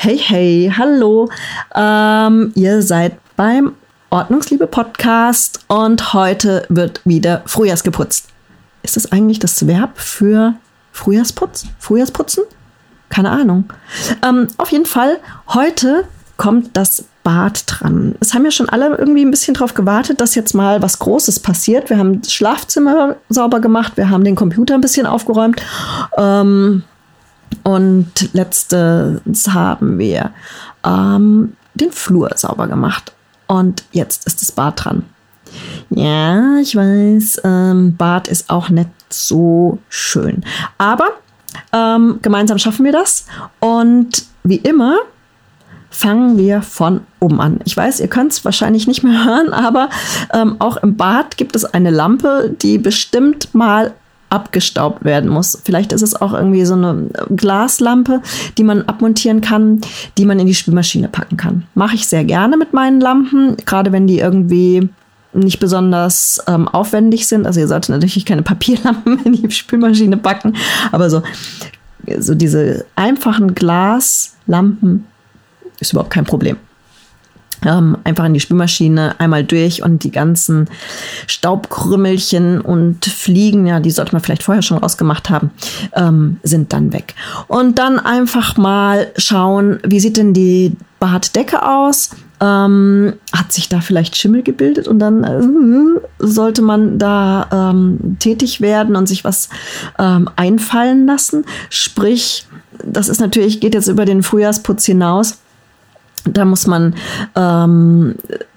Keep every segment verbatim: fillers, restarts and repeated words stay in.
Hey, hey, hallo. Ähm, ihr seid beim Ordnungsliebe Podcast und heute wird wieder Frühjahrsgeputzt. Ist das eigentlich das Verb für Frühjahrsputz? Frühjahrsputzen? Keine Ahnung. Ähm, auf jeden Fall, heute kommt das Bad dran. Es haben ja schon alle irgendwie ein bisschen drauf gewartet, dass jetzt mal was Großes passiert. Wir haben das Schlafzimmer sauber gemacht, wir haben den Computer ein bisschen aufgeräumt. Ähm, und letztens haben wir ähm, den Flur sauber gemacht. Und jetzt ist das Bad dran. Ja, ich weiß, ähm, Bad ist auch nicht so schön. Aber ähm, gemeinsam schaffen wir das. Und wie immer fangen wir von oben an. Ich weiß, ihr könnt es wahrscheinlich nicht mehr hören, aber ähm, auch im Bad gibt es eine Lampe, die bestimmt mal abgestaubt werden muss. Vielleicht ist es auch irgendwie so eine Glaslampe, die man abmontieren kann, die man in die Spülmaschine packen kann. Mache ich sehr gerne mit meinen Lampen, gerade wenn die irgendwie nicht besonders ähm, aufwendig sind. Also ihr solltet natürlich keine Papierlampen in die Spülmaschine packen, aber so, so diese einfachen Glaslampen ist überhaupt kein Problem. Ähm, einfach in die Spülmaschine, einmal durch und die ganzen Staubkrümmelchen und Fliegen, ja, die sollte man vielleicht vorher schon rausgemacht haben, ähm, sind dann weg. Und dann einfach mal schauen, wie sieht denn die Baddecke aus? Ähm, hat sich da vielleicht Schimmel gebildet und dann äh, sollte man da ähm, tätig werden und sich was ähm, einfallen lassen. Sprich, das ist natürlich, geht jetzt über den Frühjahrsputz hinaus. Da muss man ähm,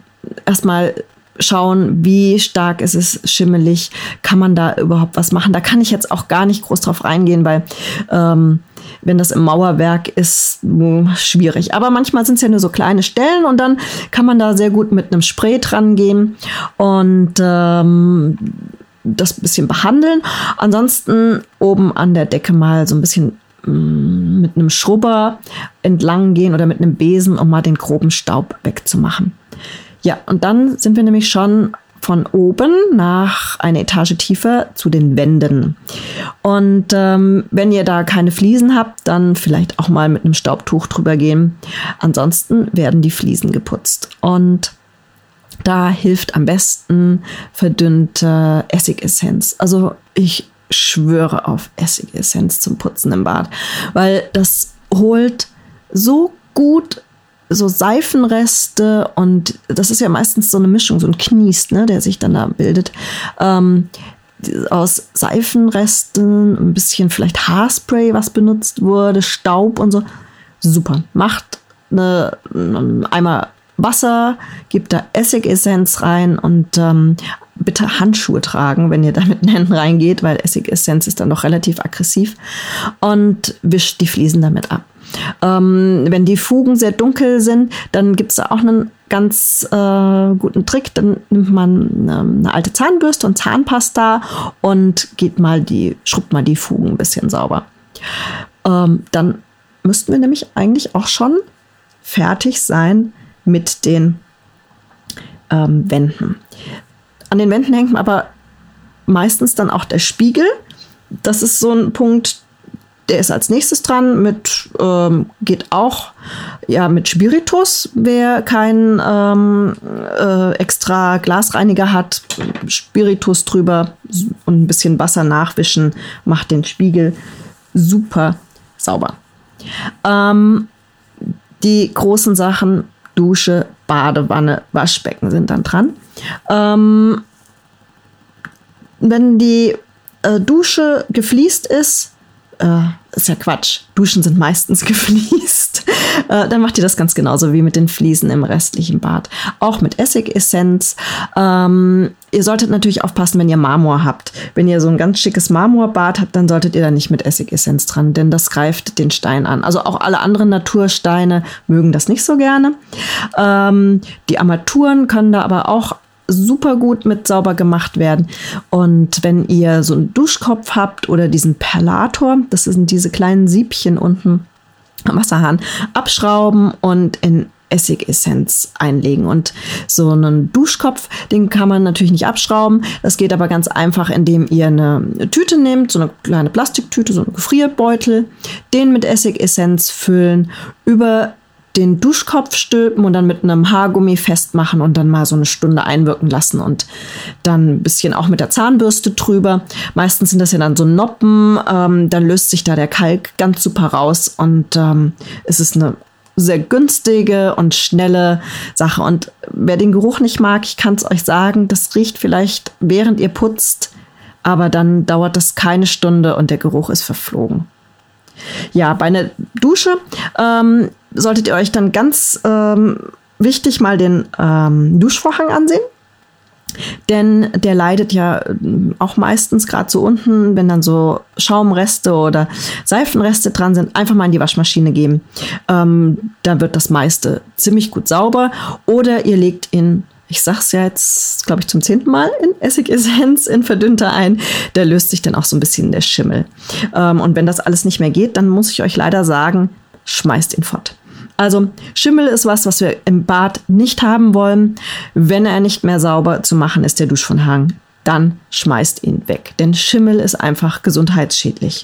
erstmal schauen, wie stark ist es schimmelig, kann man da überhaupt was machen. Da kann ich jetzt auch gar nicht groß drauf reingehen, weil ähm, wenn das im Mauerwerk ist, mh, schwierig. Aber manchmal sind es ja nur so kleine Stellen und dann kann man da sehr gut mit einem Spray dran gehen und ähm, das ein bisschen behandeln. Ansonsten oben an der Decke mal so ein bisschen mit einem Schrubber entlang gehen oder mit einem Besen, um mal den groben Staub wegzumachen. Ja, und dann sind wir nämlich schon von oben nach eine Etage tiefer zu den Wänden. Und ähm, wenn ihr da keine Fliesen habt, dann vielleicht auch mal mit einem Staubtuch drüber gehen. Ansonsten werden die Fliesen geputzt. Und da hilft am besten verdünnte Essigessenz. Also ich schwöre auf Essigessenz zum Putzen im Bad, weil das holt so gut so Seifenreste und das ist ja meistens so eine Mischung, so ein Kniest, ne, der sich dann da bildet, ähm, aus Seifenresten, ein bisschen vielleicht Haarspray, was benutzt wurde, Staub und so. Super. Macht eine, einen Eimer Wasser, gebt da Essigessenz rein und ähm, bitte Handschuhe tragen, wenn ihr da mit den Händen reingeht, weil Essigessenz ist dann doch relativ aggressiv und wischt die Fliesen damit ab. Ähm, wenn die Fugen sehr dunkel sind, dann gibt es da auch einen ganz äh, guten Trick. Dann nimmt man ähm, eine alte Zahnbürste und Zahnpasta und geht mal die, schrubbt mal die Fugen ein bisschen sauber. Ähm, dann müssten wir nämlich eigentlich auch schon fertig sein mit den ähm, Wänden. An den Wänden hängt aber meistens dann auch der Spiegel. Das ist so ein Punkt, der ist als nächstes dran. Mit ähm, geht auch ja mit Spiritus. Wer keinen ähm, äh, extra Glasreiniger hat, Spiritus drüber und ein bisschen Wasser nachwischen, macht den Spiegel super sauber. Ähm, die großen Sachen, Dusche, Badewanne, Waschbecken sind dann dran. Ähm, wenn die äh, Dusche gefliest ist, äh, ist ja Quatsch, Duschen sind meistens gefliest, äh, dann macht ihr das ganz genauso wie mit den Fliesen im restlichen Bad. Auch mit Essigessenz. Ähm, ihr solltet natürlich aufpassen, wenn ihr Marmor habt. Wenn ihr so ein ganz schickes Marmorbad habt, dann solltet ihr da nicht mit Essigessenz dran, denn das greift den Stein an. Also auch alle anderen Natursteine mögen das nicht so gerne. Ähm, die Armaturen können da aber auch super gut mit sauber gemacht werden. Und wenn ihr so einen Duschkopf habt oder diesen Perlator, das sind diese kleinen Siebchen unten am Wasserhahn, abschrauben und in Essigessenz einlegen. Und so einen Duschkopf, den kann man natürlich nicht abschrauben. Das geht aber ganz einfach, indem ihr eine Tüte nehmt, so eine kleine Plastiktüte, so einen Gefrierbeutel, den mit Essigessenz füllen, über den Duschkopf stülpen und dann mit einem Haargummi festmachen und dann mal so eine Stunde einwirken lassen und dann ein bisschen auch mit der Zahnbürste drüber. Meistens sind das ja dann so Noppen, ähm, dann löst sich da der Kalk ganz super raus und ähm, es ist eine sehr günstige und schnelle Sache. Und wer den Geruch nicht mag, ich kann es euch sagen, das riecht vielleicht, während ihr putzt, aber dann dauert das keine Stunde und der Geruch ist verflogen. Ja, bei einer Dusche ähm, solltet ihr euch dann ganz ähm, wichtig mal den ähm, Duschvorhang ansehen. Denn der leidet ja auch meistens gerade so unten, wenn dann so Schaumreste oder Seifenreste dran sind, einfach mal in die Waschmaschine geben. Ähm, da wird das meiste ziemlich gut sauber. Oder ihr legt in, ich sag's ja jetzt, glaube ich, zum zehnten Mal, in Essigessenz, in Verdünnter ein. Da löst sich dann auch so ein bisschen der Schimmel. Ähm, und wenn das alles nicht mehr geht, dann muss ich euch leider sagen, schmeißt ihn fort. Also Schimmel ist was, was wir im Bad nicht haben wollen. Wenn er nicht mehr sauber zu machen ist, der Duschvorhang, dann schmeißt ihn weg. Denn Schimmel ist einfach gesundheitsschädlich.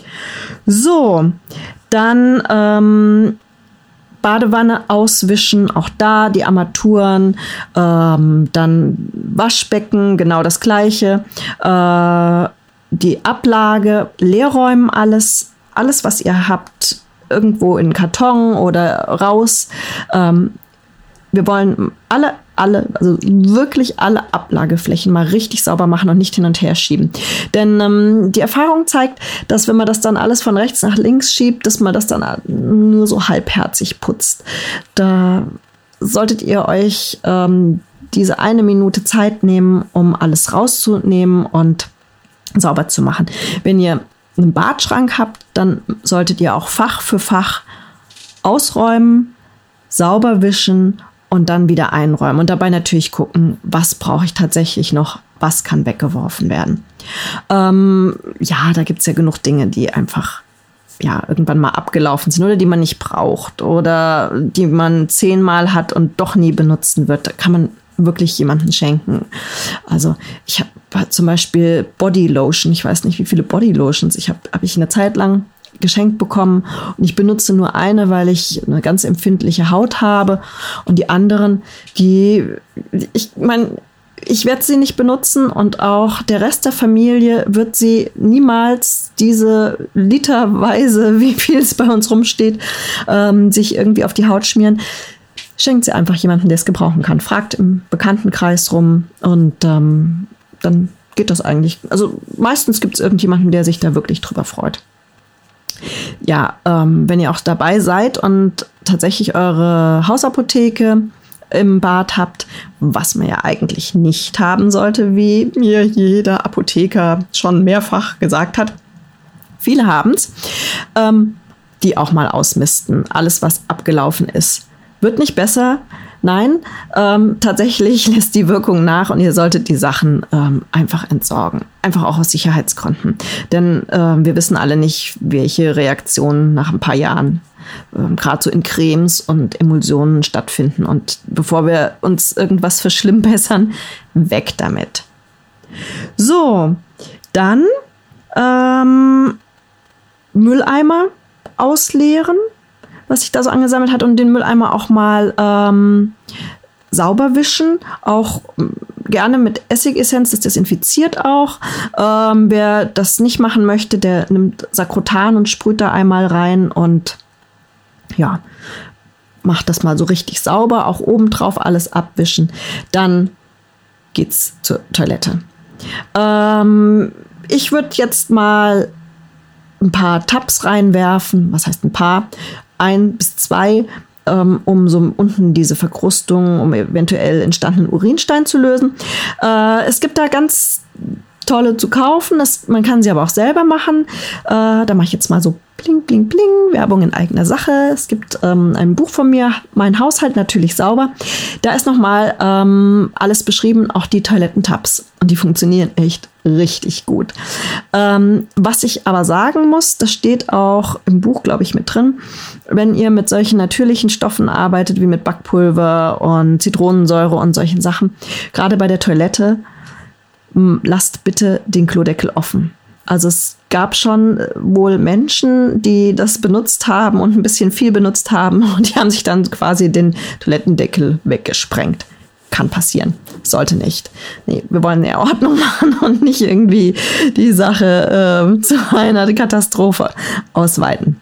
So, dann ähm, Badewanne auswischen, auch da die Armaturen, ähm, dann Waschbecken, genau das Gleiche. Äh, die Ablage, leerräumen alles, alles, was ihr habt, irgendwo in Karton oder raus. Ähm, wir wollen alle, alle, also wirklich alle Ablageflächen mal richtig sauber machen und nicht hin und her schieben. Denn ähm, die Erfahrung zeigt, dass wenn man das dann alles von rechts nach links schiebt, dass man das dann nur so halbherzig putzt. Da solltet ihr euch ähm, diese eine Minute Zeit nehmen, um alles rauszunehmen und sauber zu machen. Wenn ihr einen Badschrank habt, dann solltet ihr auch Fach für Fach ausräumen, sauber wischen und dann wieder einräumen. Und dabei natürlich gucken, was brauche ich tatsächlich noch, was kann weggeworfen werden. Ähm, ja, da gibt es ja genug Dinge, die einfach ja, irgendwann mal abgelaufen sind oder die man nicht braucht oder die man zehnmal hat und doch nie benutzen wird. Da kann man wirklich jemanden schenken. Also ich habe zum Beispiel Bodylotion. Ich weiß nicht, wie viele Bodylotions ich habe, habe ich eine Zeit lang geschenkt bekommen und ich benutze nur eine, weil ich eine ganz empfindliche Haut habe und die anderen, die, ich meine, ich werde sie nicht benutzen und auch der Rest der Familie wird sie niemals diese literweise, wie viel es bei uns rumsteht, ähm, sich irgendwie auf die Haut schmieren. Schenkt sie einfach jemanden, der es gebrauchen kann. Fragt im Bekanntenkreis rum und ähm, dann geht das eigentlich. Also meistens gibt es irgendjemanden, der sich da wirklich drüber freut. Ja, ähm, wenn ihr auch dabei seid und tatsächlich eure Hausapotheke im Bad habt, was man ja eigentlich nicht haben sollte, wie mir jeder Apotheker schon mehrfach gesagt hat. Viele haben es, ähm, die auch mal ausmisten. Alles, was abgelaufen ist. Wird nicht besser. Nein, ähm, tatsächlich lässt die Wirkung nach und ihr solltet die Sachen ähm, einfach entsorgen. Einfach auch aus Sicherheitsgründen. Denn äh, wir wissen alle nicht, welche Reaktionen nach ein paar Jahren ähm, gerade so in Cremes und Emulsionen stattfinden. Und bevor wir uns irgendwas verschlimmbessern, weg damit. So, dann ähm, Mülleimer ausleeren, was sich da so angesammelt hat und den Mülleimer auch mal ähm, sauber wischen. Auch gerne mit Essigessenz, das desinfiziert auch. Ähm, wer das nicht machen möchte, der nimmt Sakrotan und sprüht da einmal rein und ja, macht das mal so richtig sauber. Auch obendrauf alles abwischen. Dann geht's zur Toilette. Ähm, ich würde jetzt mal ein paar Tabs reinwerfen. Was heißt ein paar? Ein bis zwei, ähm, um so unten diese Verkrustung, um eventuell entstandenen Urinstein zu lösen. Äh, es gibt da ganz tolle zu kaufen. Das, man kann sie aber auch selber machen. Äh, da mache ich jetzt mal so bling, bling, bling, Werbung in eigener Sache. Es gibt ähm, ein Buch von mir, Mein Haushalt natürlich sauber. Da ist nochmal ähm, alles beschrieben, auch die Toilettentabs. Und die funktionieren echt richtig gut. Ähm, was ich aber sagen muss, das steht auch im Buch, glaube ich, mit drin, wenn ihr mit solchen natürlichen Stoffen arbeitet, wie mit Backpulver und Zitronensäure und solchen Sachen, gerade bei der Toilette, lasst bitte den Klodeckel offen. Also es gab schon wohl Menschen, die das benutzt haben und ein bisschen viel benutzt haben und die haben sich dann quasi den Toilettendeckel weggesprengt. Kann passieren, sollte nicht. Nee, wir wollen eher Ordnung machen und nicht irgendwie die Sache äh, zu einer Katastrophe ausweiten.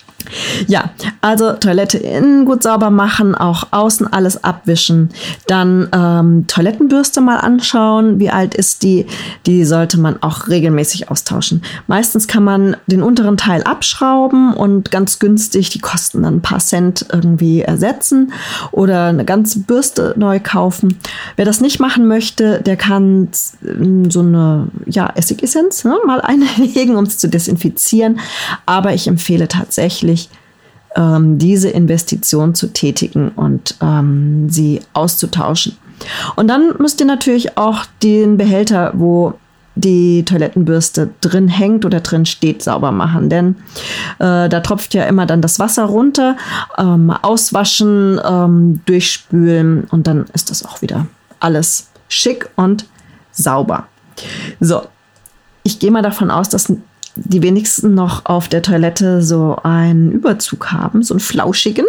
Ja, also Toilette innen gut sauber machen, auch außen alles abwischen. Dann ähm, Toilettenbürste mal anschauen, wie alt ist die. Die sollte man auch regelmäßig austauschen. Meistens kann man den unteren Teil abschrauben und ganz günstig, die kosten dann ein paar Cent irgendwie ersetzen oder eine ganze Bürste neu kaufen. Wer das nicht machen möchte, der kann so eine ja, Essigessenz ne, mal einlegen, um es zu desinfizieren. Aber ich empfehle tatsächlich, Ähm, diese Investition zu tätigen und ähm, sie auszutauschen. Und dann müsst ihr natürlich auch den Behälter, wo die Toilettenbürste drin hängt oder drin steht, sauber machen. Denn äh, da tropft ja immer dann das Wasser runter, ähm, auswaschen, ähm, durchspülen und dann ist das auch wieder alles schick und sauber. So, ich gehe mal davon aus, dass die wenigsten noch auf der Toilette so einen Überzug haben, so einen flauschigen.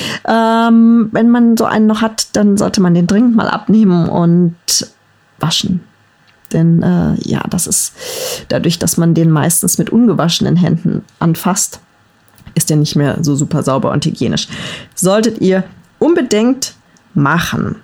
Ähm, wenn man so einen noch hat, dann sollte man den dringend mal abnehmen und waschen. Denn äh, ja, das ist dadurch, dass man den meistens mit ungewaschenen Händen anfasst, ist der nicht mehr so super sauber und hygienisch. Solltet ihr unbedingt machen.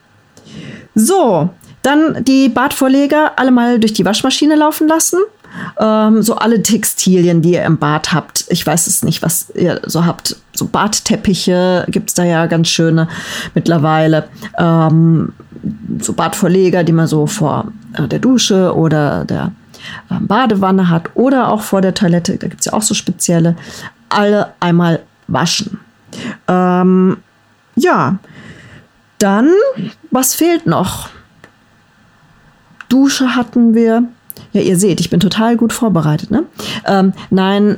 So, dann die Badvorleger alle mal durch die Waschmaschine laufen lassen. Ähm, so alle Textilien, die ihr im Bad habt. Ich weiß es nicht, was ihr so habt. So Badteppiche gibt es da ja ganz schöne mittlerweile. Ähm, so Badvorleger, die man so vor äh, der Dusche oder der äh, Badewanne hat oder auch vor der Toilette. Da gibt es ja auch so spezielle. Alle einmal waschen. Ähm, ja, dann, was fehlt noch? Dusche hatten wir. Ja, ihr seht, ich bin total gut vorbereitet, ne? Ähm, nein,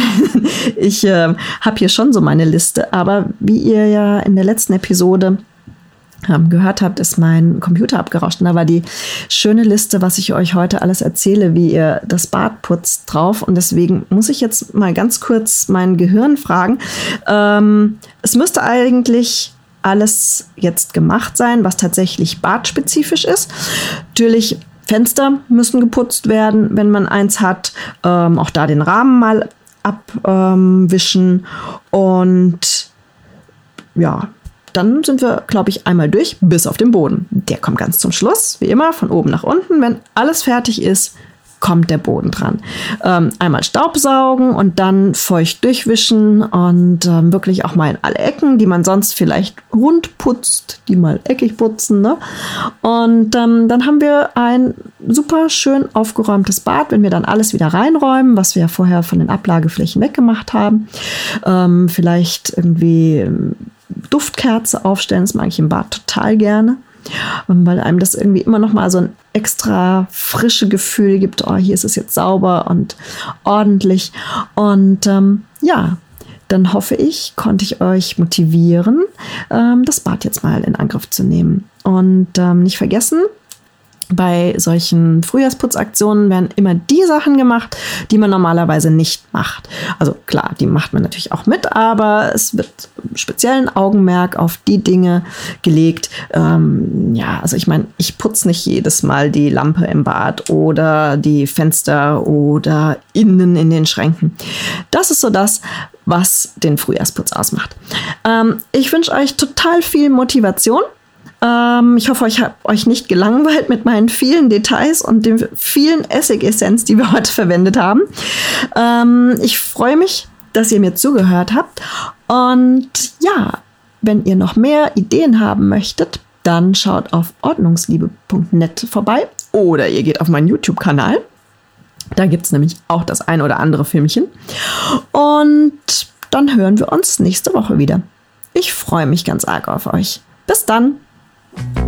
ich äh, habe hier schon so meine Liste, aber wie ihr ja in der letzten Episode ähm, gehört habt, ist mein Computer abgerauscht. Und da war die schöne Liste, was ich euch heute alles erzähle, wie ihr das Bad putzt, drauf. Und deswegen muss ich jetzt mal ganz kurz mein Gehirn fragen. Ähm, es müsste eigentlich alles jetzt gemacht sein, was tatsächlich badspezifisch ist. Natürlich Fenster müssen geputzt werden, wenn man eins hat. Ähm, auch da den Rahmen mal abwischen. Ähm, und ja, dann sind wir, glaube ich, einmal durch, bis auf den Boden. Der kommt ganz zum Schluss, wie immer, von oben nach unten. Wenn alles fertig ist, kommt der Boden dran. Ähm, einmal Staubsaugen und dann feucht durchwischen und ähm, wirklich auch mal in alle Ecken, die man sonst vielleicht rund putzt, die mal eckig putzen. Ne? Und ähm, dann haben wir ein super schön aufgeräumtes Bad, wenn wir dann alles wieder reinräumen, was wir ja vorher von den Ablageflächen weggemacht haben. Ähm, vielleicht irgendwie Duftkerze aufstellen, das mag ich im Bad total gerne. Weil einem das irgendwie immer noch mal so ein extra frische Gefühl gibt, oh, hier ist es jetzt sauber und ordentlich. Und ähm, ja, dann hoffe ich, konnte ich euch motivieren, ähm, das Bad jetzt mal in Angriff zu nehmen. Und ähm, nicht vergessen, bei solchen Frühjahrsputzaktionen werden immer die Sachen gemacht, die man normalerweise nicht macht. Also klar, die macht man natürlich auch mit, aber es wird speziellen Augenmerk auf die Dinge gelegt. Ähm, ja, also ich meine, ich putze nicht jedes Mal die Lampe im Bad oder die Fenster oder innen in den Schränken. Das ist so das, was den Frühjahrsputz ausmacht. Ähm, ich wünsche euch total viel Motivation. Ähm, ich hoffe, ich habe euch nicht gelangweilt mit meinen vielen Details und den vielen Essigessenz, die wir heute verwendet haben. Ähm, ich freue mich, dass ihr mir zugehört habt. Und ja, wenn ihr noch mehr Ideen haben möchtet, dann schaut auf ordnungsliebe punkt net vorbei oder ihr geht auf meinen YouTube-Kanal. Da gibt es nämlich auch das ein oder andere Filmchen. Und dann hören wir uns nächste Woche wieder. Ich freue mich ganz arg auf euch. Bis dann!